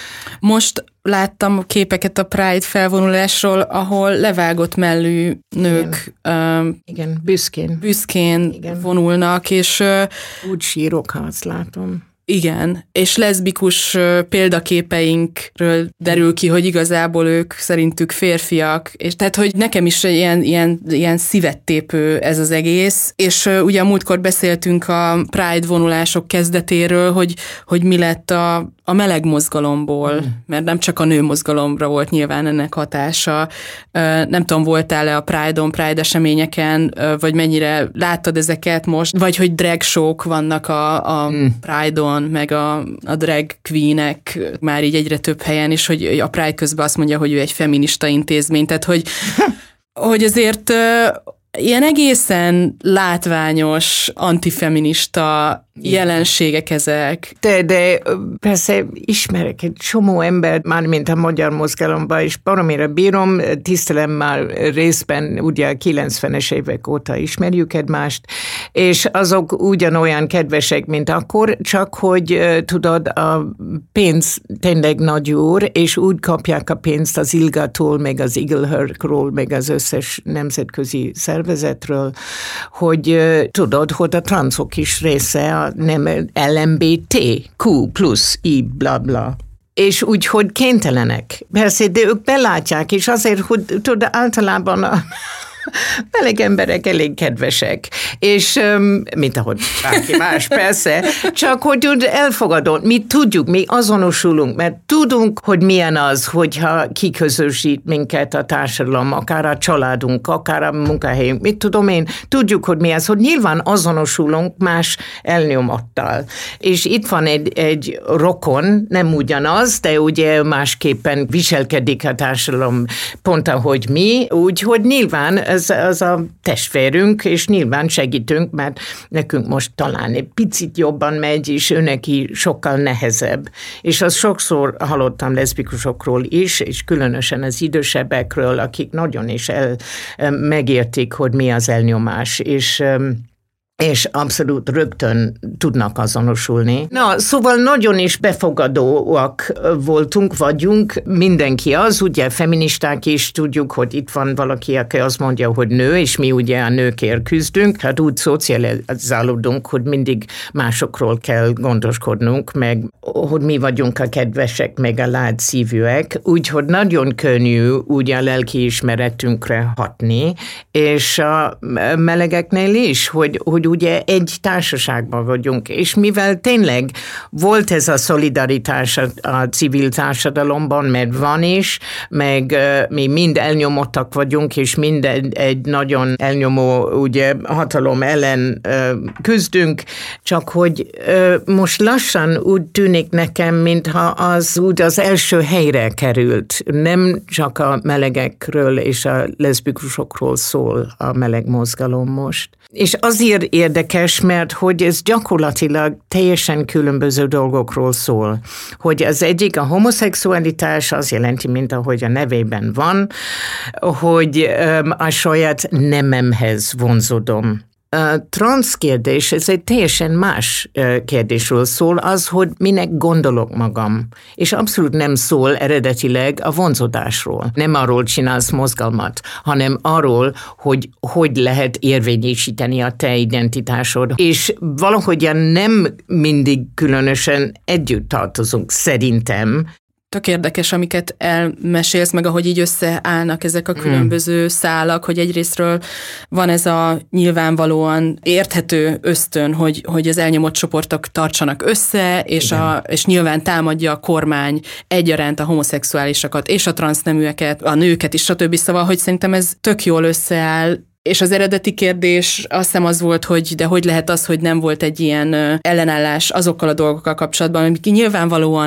Most láttam képeket a Pride felvonulásról, ahol levágott mellű nők Igen, uh, Igen büszkén, büszkén Igen. vonulnak, és... Uh, Úgy sírok, ha azt látom. Igen, és leszbikus példaképeinkről derül ki, hogy igazából ők szerintük férfiak, és tehát, hogy nekem is ilyen, ilyen, ilyen szívettépő ez az egész, és ugye a múltkor beszéltünk a Pride vonulások kezdetéről, hogy, hogy mi lett a, a meleg mozgalomból, mm. mert nem csak a nő mozgalomra volt nyilván ennek hatása. Nem tudom, voltál-e a Pride-on, Pride eseményeken, vagy mennyire láttad ezeket most, vagy hogy drag show-k vannak a, a mm. Pride-on, meg a, a drag queenek már így egyre több helyen, és hogy a Pride közben azt mondja, hogy ő egy feminista intézmény, tehát hogy, hogy azért ilyen egészen látványos, antifeminista jelenségek ezek. De, de persze ismerek egy csomó embert, mármint a magyar mozgalomban, és baromira bírom, tisztelem már részben, ugye a kilencvenes évek óta ismerjük egymást, és azok ugyanolyan kedvesek, mint akkor, csak hogy tudod, a pénz tényleg nagy úr, és úgy kapják a pénzt az ILGA-tól, meg az Eagle-ről, meg az összes nemzetközi szervezetről, hogy tudod, hogy a transzok is része a nem el em bé té kú plusz i bla bla. És úgy, hogy kénytelenek. Persze, de ők belátják, és azért, hogy tudod, általában a meleg emberek elég kedvesek, és mint ahogy bárki más, persze, csak hogy elfogadott, mi tudjuk, mi azonosulunk, mert tudunk, hogy milyen az, hogyha kiközösít minket a társadalom, akár a családunk, akár a munkahelyünk, mit tudom én, tudjuk, hogy mi az, hogy nyilván azonosulunk más elnyomattal. És itt van egy, egy rokon, nem ugyanaz, de ugye másképpen viselkedik a társadalom pont ahogy mi, úgyhogy nyilván Ez, az a testvérünk, és nyilván segítünk, mert nekünk most talán egy picit jobban megy, és őneki sokkal nehezebb. És azt sokszor hallottam leszbikusokról is, és különösen az idősebbekről, akik nagyon is el, megértik, hogy mi az elnyomás, és és abszolút rögtön tudnak azonosulni. Na, szóval nagyon is befogadóak voltunk, vagyunk, mindenki az, ugye feministák is tudjuk, hogy itt van valaki, aki azt mondja, hogy nő, és mi ugye a nőkért küzdünk, hát úgy szocializálódunk, hogy mindig másokról kell gondoskodnunk, meg hogy mi vagyunk a kedvesek, meg a lágy szívűek, úgyhogy nagyon könnyű ugye a lelkiismeretünkre hatni, és a melegeknél is, hogy, hogy ugye egy társaságban vagyunk, és mivel tényleg volt ez a szolidaritás a, a civil társadalomban, mert van is, meg uh, mi mind elnyomottak vagyunk, és mind egy, egy nagyon elnyomó ugye, hatalom ellen uh, küzdünk, csak hogy uh, most lassan úgy tűnik nekem, mintha az úgy az első helyre került. Nem csak a melegekről és a leszbikusokról szól a meleg mozgalom most. És azért érdekes, mert hogy ez gyakorlatilag teljesen különböző dolgokról szól. Hogy az egyik a homoszexualitás azt jelenti, mint ahogy a nevében van, hogy a saját nememhez vonzódom. A transz kérdés, ez egy teljesen más kérdésről szól, az, hogy minek gondolok magam. És abszolút nem szól eredetileg a vonzódásról. Nem arról csinálsz mozgalmat, hanem arról, hogy hogy lehet érvényesíteni a te identitásod. És valahogyan nem mindig különösen együtt tartozunk, szerintem. Tök érdekes, amiket elmesélsz, meg ahogy így összeállnak ezek a különböző mm. szálak, hogy egyrésztről van ez a nyilvánvalóan érthető ösztön, hogy, hogy az elnyomott csoportok tartsanak össze, és, a, és nyilván támadja a kormány egyaránt a homoszexuálisokat, és a transzneműeket, a nőket is, stb. Szóval, hogy szerintem ez tök jól összeáll. És az eredeti kérdés azt hiszem az volt, hogy de hogy lehet az, hogy nem volt egy ilyen ellenállás azokkal a dolgokkal kapcsolatban, amik nyilvánvalóan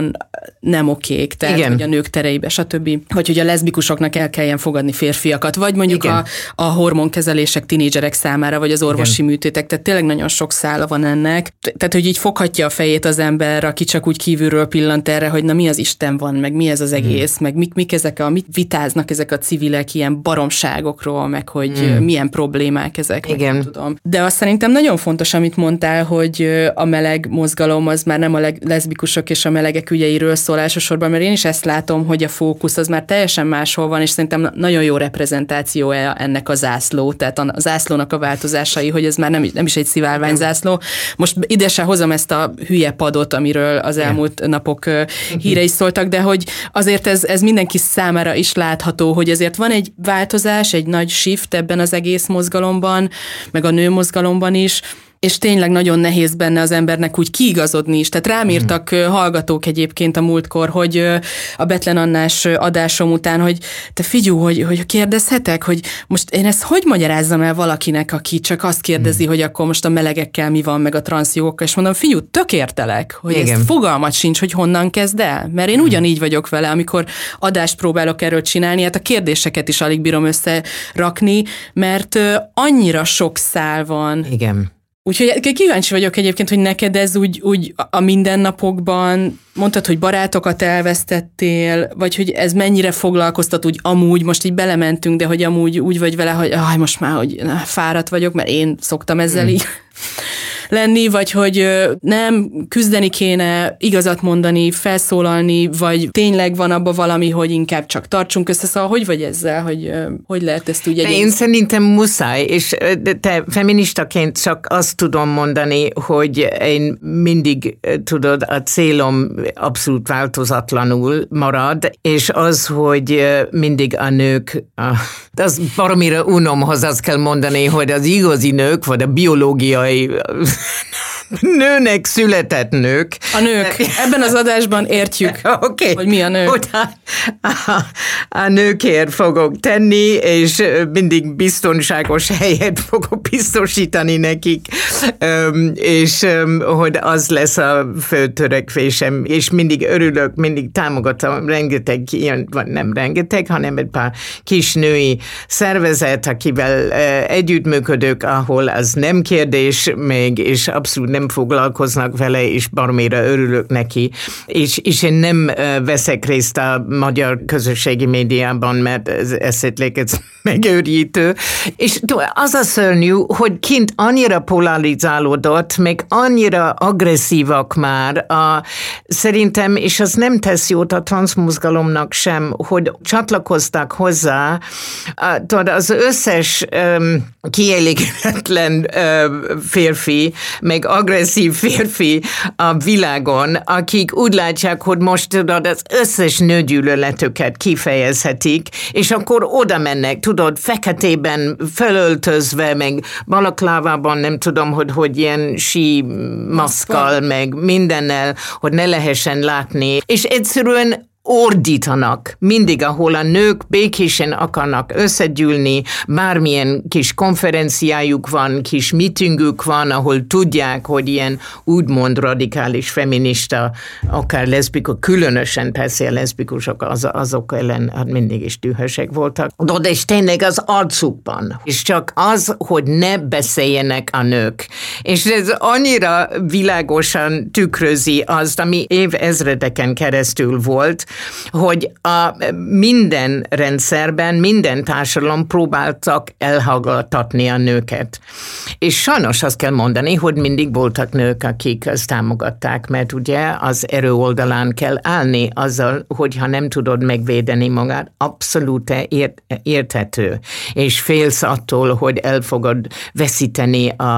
nem okék, tehát Igen. hogy a nők tereibe, stb. Hogy, hogy a leszbikusoknak el kelljen fogadni férfiakat, vagy mondjuk a, a hormonkezelések tinédzserek számára, vagy az orvosi Igen. műtétek, tehát tényleg nagyon sok szála van ennek. Tehát, hogy így foghatja a fejét az ember, aki csak úgy kívülről pillant erre, hogy na mi az Isten van, meg mi ez az egész, hmm. meg mik, mik ezek a, mit vitáznak ezek a civilek ilyen baromságokról, meg hogy hmm. milyen problémák ezek, Igen. meg tudom. De azt szerintem nagyon fontos, amit mondtál, hogy a meleg mozgalom az már nem a leszbikusok és a melegek ügyeiről szól elsősorban, mert én is ezt látom, hogy a fókusz az már teljesen máshol van, és szerintem nagyon jó reprezentáció ennek a zászló, tehát a zászlónak a változásai, hogy ez már nem, nem is egy szivárványzászló. Most ide se hozom ezt a hülye padot, amiről az elmúlt napok hírei szóltak, de hogy azért ez, ez mindenki számára is látható, hogy azért van egy változás, egy nagy shift ebben az egész mozgalomban, meg a nőmozgalomban is, és tényleg nagyon nehéz benne az embernek úgy kiigazodni is. Tehát rám írtak mm. hallgatók egyébként a múltkor, hogy a Betlen Annás adásom után, hogy te figyú, hogy, hogy kérdezhetek, hogy most én ezt hogy magyarázzam el valakinek, aki csak azt kérdezi, mm. hogy akkor most a melegekkel mi van, meg a transzjogokkal, és mondom, figyú, tök értelek, hogy Igen. ezt fogalmat sincs, hogy honnan kezd el. Mert én ugyanígy vagyok vele, amikor adást próbálok erről csinálni, hát a kérdéseket is alig bírom összerakni, mert annyira sok szál van. Igen. Úgyhogy kíváncsi vagyok egyébként, hogy neked ez úgy, úgy a mindennapokban, mondtad, hogy barátokat elvesztettél, vagy hogy ez mennyire foglalkoztat úgy amúgy, most így belementünk, de hogy amúgy úgy vagy vele, hogy aj, most már hogy na, fáradt vagyok, mert én szoktam ezzel mm. így lenni, vagy hogy nem, küzdeni kéne, igazat mondani, felszólalni, vagy tényleg van abban valami, hogy inkább csak tartsunk össze, szóval hogy vagy ezzel, hogy hogy lehet ezt úgy egész? Én szerintem muszáj, és te feministaként csak azt tudom mondani, hogy én mindig, tudod, a célom abszolút változatlanul marad, és az, hogy mindig a nők, az baromira unomhoz azt kell mondani, hogy az igazi nők, vagy a biológiai nőnek született nők. A nők. Ebben az adásban értjük, okay. hogy mi a nő. A, a, a nőkért fogok tenni, és mindig biztonságos helyet fogok biztosítani nekik, és hogy az lesz a fő törekvésem, és mindig örülök, mindig támogatom rengeteg ilyen, vagy nem rengeteg, hanem egy pár kis női szervezet, akivel együttműködök, ahol az nem kérdés még, és abszolút nem foglalkoznak vele, és baromira örülök neki. És, és én nem veszek részt a magyar közösségi médiában, mert ez esetleg ez megőrítő. És az a szörnyű, hogy kint annyira polarizálódott, meg annyira agresszívak már, a, szerintem, és az nem tesz jót a transzmozgalomnak sem, hogy csatlakoztak hozzá, a, tudod, az összes um, kielégületlen um, férfi, meg agresszív férfi a világon, akik úgy látják, hogy most tudod, az összes nőgyűlöletüket kifejezhetik, és akkor oda mennek, tudod, feketében felöltözve, meg balaklávában, nem tudom, hogy, hogy ilyen sí maszkkal, meg mindennel, hogy ne lehessen látni, és egyszerűen ordítanak mindig, ahol a nők békésen akarnak összegyűlni, bármilyen kis konferenciájuk van, kis meetingük van, ahol tudják, hogy ilyen úgymond radikális feminista, akár leszbikus, különösen persze a leszbikusok az, azok ellen hát mindig is dühösek voltak. De és tényleg az arcukban. És csak az, hogy ne beszéljenek a nők. És ez annyira világosan tükrözi azt, ami évezredeken keresztül volt, hogy a minden rendszerben, minden társadalom próbáltak elhallgattatni a nőket. És sajnos azt kell mondani, hogy mindig voltak nők, akik ezt támogatták, mert ugye az erő oldalán kell állni azzal, hogyha nem tudod megvédeni magad, abszolút ért, érthető. És félsz attól, hogy el fogod veszíteni a,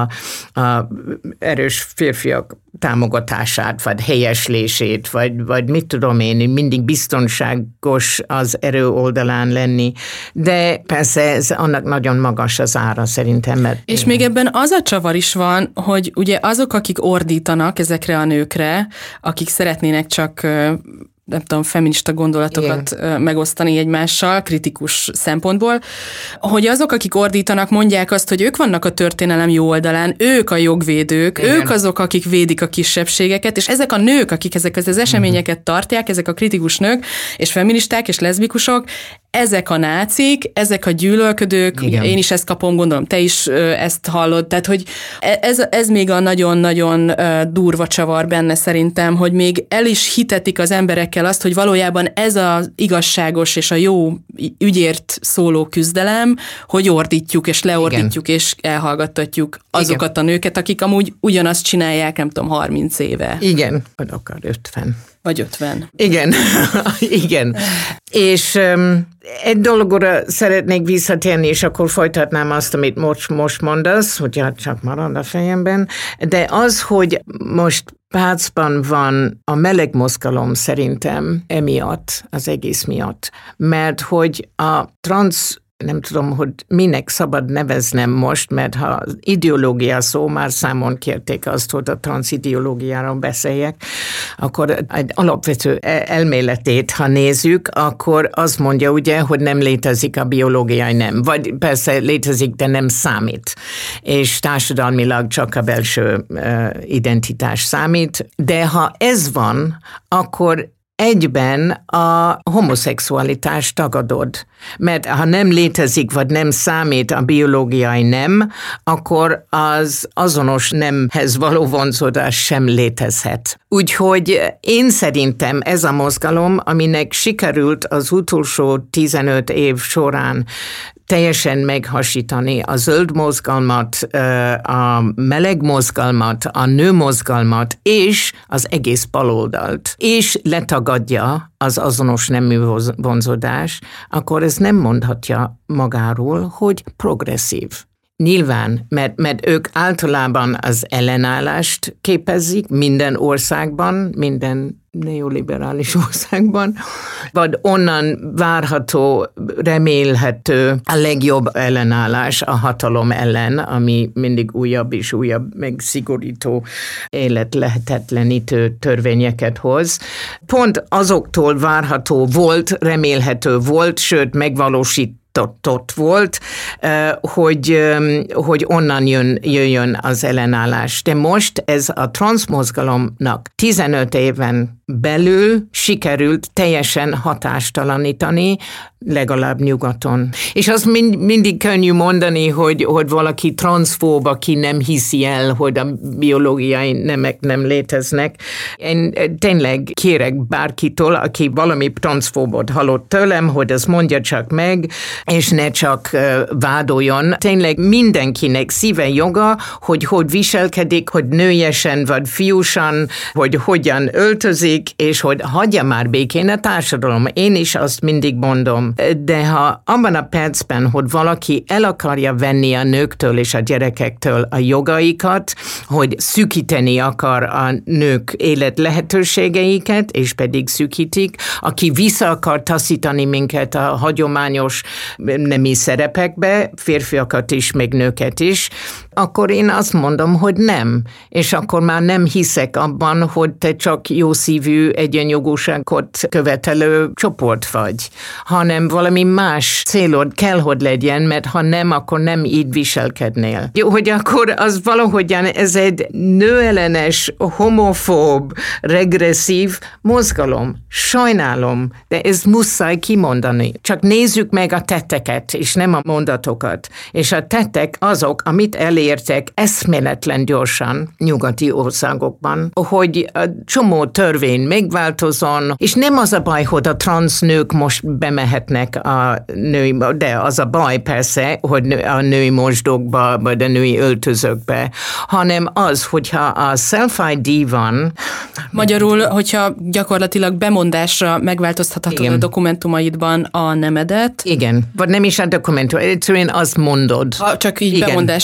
a erős férfiak támogatását, vagy helyeslését, vagy, vagy mit tudom én, mindig biztonságos az erő oldalán lenni, de persze ez annak nagyon magas az ára szerintem. Mert és még ebben az a csavar is van, hogy ugye azok, akik ordítanak ezekre a nőkre, akik szeretnének csak nem tudom, feminista gondolatokat Igen. megosztani egymással, kritikus szempontból, hogy azok, akik ordítanak, mondják azt, hogy ők vannak a történelem jó oldalán, ők a jogvédők, Igen. ők azok, akik védik a kisebbségeket, és ezek a nők, akik ezeket az eseményeket tartják, ezek a kritikus nők, és feministák, és leszbikusok, ezek a nácik, ezek a gyűlölködők, ugye én is ezt kapom, gondolom, te is ezt hallod, tehát, hogy ez, ez még a nagyon-nagyon durva csavar benne szerintem, hogy még el is hitetik az emberekkel azt, hogy valójában ez az igazságos és a jó ügyért szóló küzdelem, hogy ordítjuk és leordítjuk Igen. és elhallgattatjuk azokat Igen. a nőket, akik amúgy ugyanazt csinálják, nem tudom, harminc éve. Igen, vagy akár ötven. Vagy ötven. Igen, igen. És um, egy dologra szeretnék visszatérni, és akkor folytatnám azt, amit most, most mondasz, hogy csak marad a fejemben, de az, hogy most Pácban van a meleg mozgalom szerintem emiatt, az egész miatt, mert hogy a transz nem tudom, hogy minek szabad neveznem most, mert ha az ideológia szó, már számon kérték azt, hogy a transzideológiáról beszéljek, akkor egy alapvető elméletét, ha nézzük, akkor azt mondja ugye, hogy nem létezik a biológiai nem. Vagy persze létezik, de nem számít. És társadalmilag csak a belső uh, identitás számít. De ha ez van, akkor egyben a homoszexualitás tagadod. Mert ha nem létezik, vagy nem számít a biológiai nem, akkor az azonos nemhez való vonzódás sem létezhet. Úgyhogy én szerintem ez a mozgalom, aminek sikerült az utolsó tizenöt év során teljesen meghasítani a zöld mozgalmat, a meleg mozgalmat, a nő mozgalmat, és az egész baloldalt, és letagadja az azonos nemű vonzódás, akkor ez nem mondhatja magáról, hogy progresszív. Nyilván, mert, mert ők általában az ellenállást képezik minden országban, minden neoliberális országban, vagy onnan várható, remélhető a legjobb ellenállás a hatalom ellen, ami mindig újabb és újabb, meg szigorító, életlehetetlenítő törvényeket hoz. Pont azoktól várható volt, remélhető volt, sőt megvalósít ott volt, hogy, hogy onnan jön, jöjjön az ellenállás. De most ez a transzmozgalomnak tizenöt éven belül sikerült teljesen hatástalanítani, legalább nyugaton. És azt mind, mindig könnyű mondani, hogy, hogy valaki transzfób, aki nem hiszi el, hogy a biológiai nemek nem léteznek. Én tényleg kérek bárkitől, aki valami transzfóbot hallott tőlem, hogy azt mondja csak meg, és ne csak vádoljon. Tényleg mindenkinek szíve joga, hogy hogy viselkedik, hogy nőjesen vagy fiúsan, hogy hogyan öltözik, és hogy hagyja már békén a társadalom. Én is azt mindig mondom. De ha abban a percben, hogy valaki el akarja venni a nőktől és a gyerekektől a jogaikat, hogy szűkíteni akar a nők élet lehetőségeiket, és pedig szűkítik, aki vissza akar taszítani minket a hagyományos nemi szerepekbe, férfiakat is, meg nőket is, akkor én azt mondom, hogy nem. És akkor már nem hiszek abban, hogy te csak jószívű egyenjogúságot követelő csoport vagy, hanem valami más célod kell, hogy legyen, mert ha nem, akkor nem így viselkednél. Jó, hogy akkor az valahogyan ez egy nőellenes, homofób, regresszív mozgalom. Sajnálom, de ez muszáj kimondani. Csak nézzük meg a tetteket, és nem a mondatokat. És a tettek azok, amit elértek eszméletlen gyorsan nyugati országokban, hogy a csomó törvény megváltozon, és nem az a baj, hogy a transznők most bemehetnek a női, de az a baj persze, hogy a női mosdókba, vagy a női öltözőkbe, hanem az, hogyha a self-I D van. Magyarul, hogyha gyakorlatilag bemondásra megváltoztathatod Igen. a dokumentumaidban a nemedet. Igen, vagy nem is a dokumentum, egyszerűen azt mondod. Ha csak így Igen. bemondásra Igen.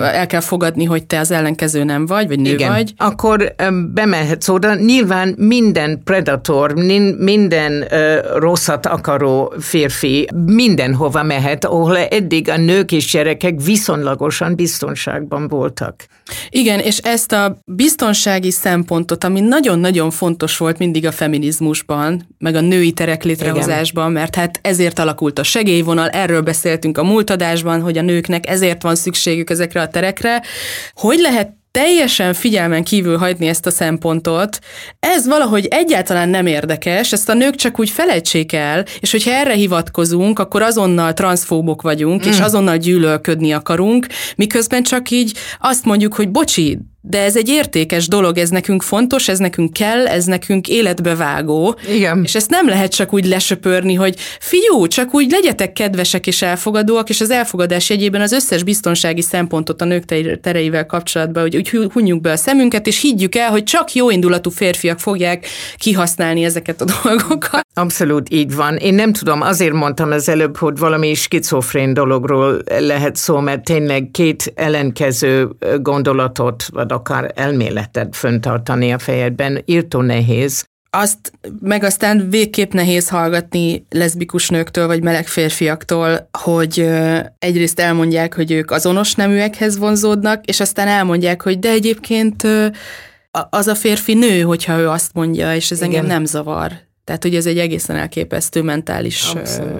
el kell fogadni, hogy te az ellenkező nem vagy, vagy nő Igen. vagy. Akkor bemehetsz oda. Nyilván minden predator, minden uh, rosszat akaró férfi mindenhova mehet, ahol eddig a nők és gyerekek viszonylagosan biztonságban voltak. Igen, és ezt a biztonsági szempontot, ami nagyon-nagyon fontos volt mindig a feminizmusban, meg a női terek létrehozásban, igen. mert hát ezért alakult a segélyvonal, erről beszéltünk a múlt adásban, hogy a nőknek ezért van szükségük ezekre a terekre. Hogy lehet teljesen figyelmen kívül hagyni ezt a szempontot, ez valahogy egyáltalán nem érdekes, ezt a nők csak úgy felejtsék el, és hogyha erre hivatkozunk, akkor azonnal transzfóbok vagyunk, mm. és azonnal gyűlölködni akarunk, miközben csak így azt mondjuk, hogy bocsi, de ez egy értékes dolog, ez nekünk fontos, ez nekünk kell, ez nekünk életbevágó. Igen. És ezt nem lehet csak úgy lesöpörni, hogy figyú, csak úgy legyetek kedvesek és elfogadóak, és az elfogadás jegyében az összes biztonsági szempontot a nők tereivel kapcsolatban, hogy úgy hunjuk be a szemünket, és higgyük el, hogy csak jóindulatú férfiak fogják kihasználni ezeket a dolgokat. Abszolút így van. Én nem tudom, azért mondtam az előbb, hogy valami skizofrén dologról lehet szó, mert tényleg két ellenkező gondolatot, vagy akár elméletet föntartani a fejedben, írtó nehéz. Azt meg aztán végképp nehéz hallgatni leszbikus nőktől, vagy meleg férfiaktól, hogy egyrészt elmondják, hogy ők azonos neműekhez vonzódnak, és aztán elmondják, hogy de egyébként az a férfi nő, hogyha ő azt mondja, és ez Igen. engem nem zavar. Tehát, hogy ez egy egészen elképesztő mentális,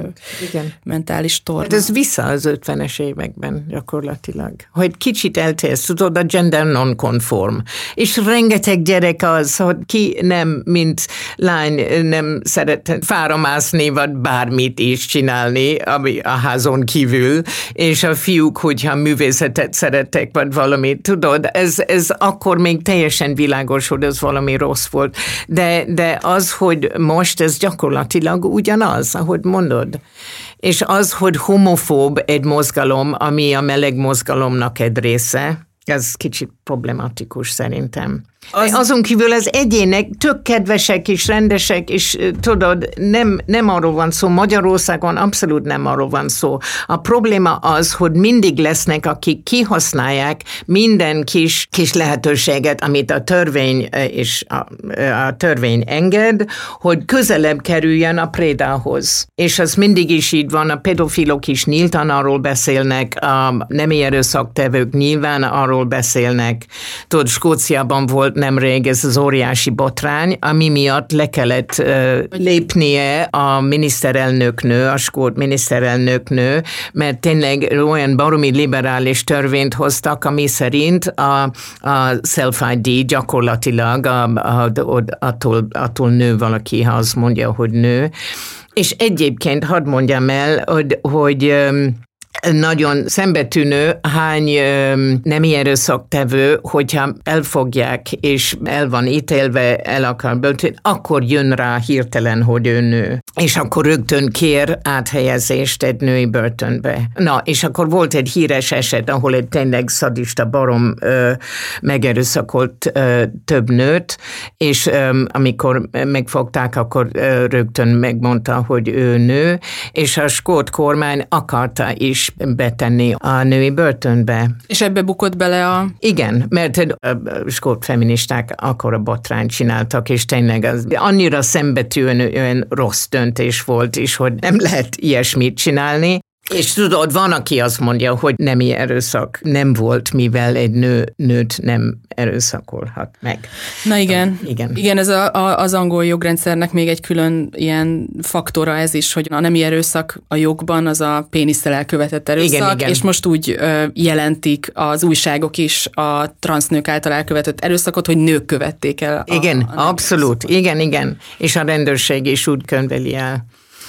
uh, mentális torna. Hát ez vissza az ötvenes években gyakorlatilag. Hogy kicsit eltérsz, tudod, a gender non-conform. És rengeteg gyerek az, hogy ki nem, mint lány nem szeret fáramászni, vagy bármit is csinálni, ami a házon kívül, és a fiúk, hogyha művészetet szerettek, vagy valamit, tudod, ez, ez akkor még teljesen világos, hogy ez valami rossz volt. De, de az, hogy most ez gyakorlatilag ugyanaz, ahogy mondod. És az, hogy homofób egy mozgalom, ami a meleg mozgalomnak egy része, ez kicsit problematikus szerintem. Az... Azon kívül az egyének tök kedvesek és rendesek, és tudod, nem, nem arról van szó, Magyarországon abszolút nem arról van szó. A probléma az, hogy mindig lesznek, akik kihasználják minden kis, kis lehetőséget, amit a törvény és a, a törvény enged, hogy közelebb kerüljen a prédához. És az mindig is így van, a pedofilok is nyíltan arról beszélnek, a nemi erőszaktevők nyilván arról beszélnek. Tudod, Skóciában volt nemrég ez az óriási botrány, ami miatt le kellett uh, lépnie a miniszterelnöknő, a skót miniszterelnöknő, mert tényleg olyan baromi liberális törvényt hoztak, ami szerint a, a self-i dé gyakorlatilag a, a, a, attól, attól nő valaki, ha azt mondja, hogy nő. És egyébként hadd mondjam el, hogy, hogy um, nagyon szembetűnő, hány nemi erőszaktevő, hogyha elfogják, és el van ítélve, el akar börtön, akkor jön rá hirtelen, hogy ő nő. És akkor rögtön kér áthelyezést egy női börtönbe. Na, és akkor volt egy híres eset, ahol egy tényleg szadista barom ö, megerőszakolt ö, több nőt, és ö, amikor megfogták, akkor ö, rögtön megmondta, hogy ő nő, és a skót kormány akarta is betenni a női börtönbe. És ebbe bukott bele a... Igen, mert a skót feministák akkora botrányt csináltak, és tényleg az annyira szembetűen olyan rossz döntés volt is, hogy nem lehet ilyesmit csinálni. És tudod, van, aki azt mondja, hogy nemi erőszak nem volt, mivel egy nő, nőt nem erőszakolhat meg. Na igen, igen. igen ez a, a, az angol jogrendszernek még egy külön ilyen faktora ez is, hogy a nemi erőszak a jogban az a pénisszel elkövetett erőszak, igen, igen. És most úgy ö, jelentik az újságok is a transznők által elkövetett erőszakot, hogy nők követték el. A, igen, a abszolút, igen, igen. És a rendőrség is úgy könyveli el.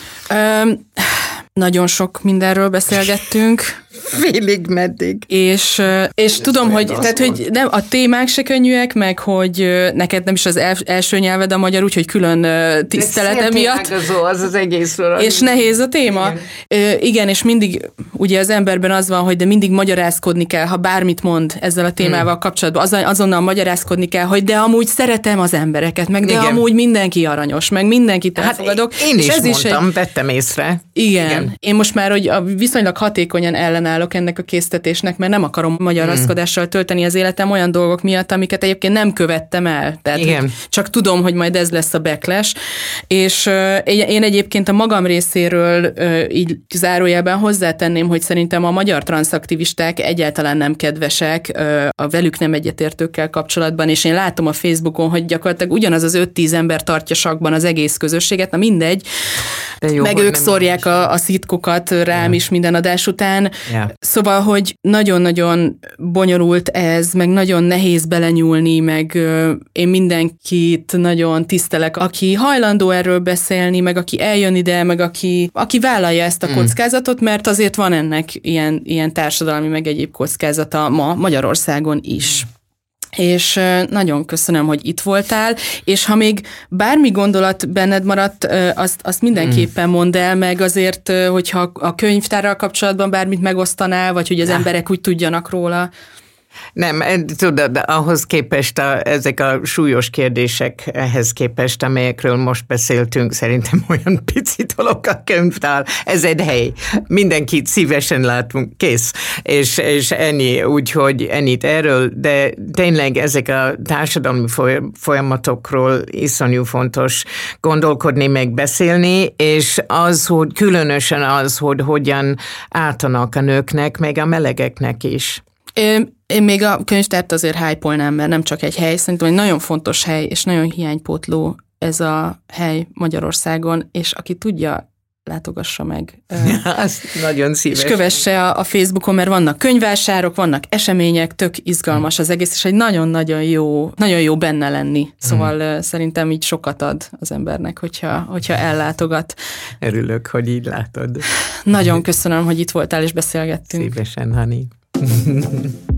Ö, Nagyon sok mindenről beszélgettünk. Félig meddig. És, és tudom, hogy, tehát, hogy nem, a témák se könnyűek, meg hogy neked nem is az el, első nyelved a magyar, úgyhogy külön tiszteletem miatt. Az az egészről. És nehéz a téma. Igen. igen, és mindig ugye az emberben az van, hogy de mindig magyarázkodni kell, ha bármit mond ezzel a témával hmm. kapcsolatban, azon, azonnal magyarázkodni kell, hogy de amúgy szeretem az embereket, meg de igen. amúgy mindenki aranyos, meg mindenkit elfogadok. Hát én, én is ez mondtam, is egy... vettem észre. Igen. Igen. Én most már hogy viszonylag hatékonyan ellenállok ennek a késztetésnek, mert nem akarom magyarázkodással mm. tölteni az életem olyan dolgok miatt, amiket egyébként nem követtem el. Tehát Igen. csak tudom, hogy majd ez lesz a backlash. És uh, én egyébként a magam részéről uh, így zárójelben hozzátenném, hogy szerintem a magyar transzaktivisták egyáltalán nem kedvesek uh, a velük nem egyetértőkkel kapcsolatban, és én látom a Facebookon, hogy gyakorlatilag ugyanaz az öt-tíz ember tartja sakban az egész közösséget, na mindegy, jó, meg ők szórják a, a szitkokat rám yeah. is minden adás után. Yeah. Szóval, hogy nagyon-nagyon bonyolult ez, meg nagyon nehéz belenyúlni, meg ö, én mindenkit nagyon tisztelek, aki hajlandó erről beszélni, meg aki eljön ide, meg aki, aki vállalja ezt a kockázatot, mert azért van ennek ilyen, ilyen társadalmi, meg egyéb kockázata ma Magyarországon is. És nagyon köszönöm, hogy itt voltál, és ha még bármi gondolat benned maradt, azt, azt mindenképpen mondd el, meg azért, hogyha a könyvtárral kapcsolatban bármit megosztanál, vagy hogy az emberek úgy tudjanak róla. Nem, tudod, ahhoz képest a, ezek a súlyos kérdések ehhez képest, amelyekről most beszéltünk, szerintem olyan pici dolog a könyvtár. Ez egy hely. Mindenkit szívesen látunk, kész. És, és ennyi, úgyhogy ennyit erről, de tényleg ezek a társadalmi folyamatokról iszonyú fontos gondolkodni, meg beszélni, és az, hogy különösen az, hogy hogyan álltanak a nőknek, meg a melegeknek is. Én, én még a könyvtárt azért hype-olnám, mert nem csak egy hely, szerintem egy nagyon fontos hely, és nagyon hiánypótló ez a hely Magyarországon, és aki tudja, látogassa meg. Ja, azt nagyon szíves. És kövesse a, a Facebookon, mert vannak könyvvásárok, vannak események, tök izgalmas az egész, és egy nagyon-nagyon jó, nagyon jó benne lenni. Szóval hmm. szerintem így sokat ad az embernek, hogyha, hogyha ellátogat. Örülök, hogy így látod. Nagyon köszönöm, hogy itt voltál és beszélgettünk. Szívesen, Hani.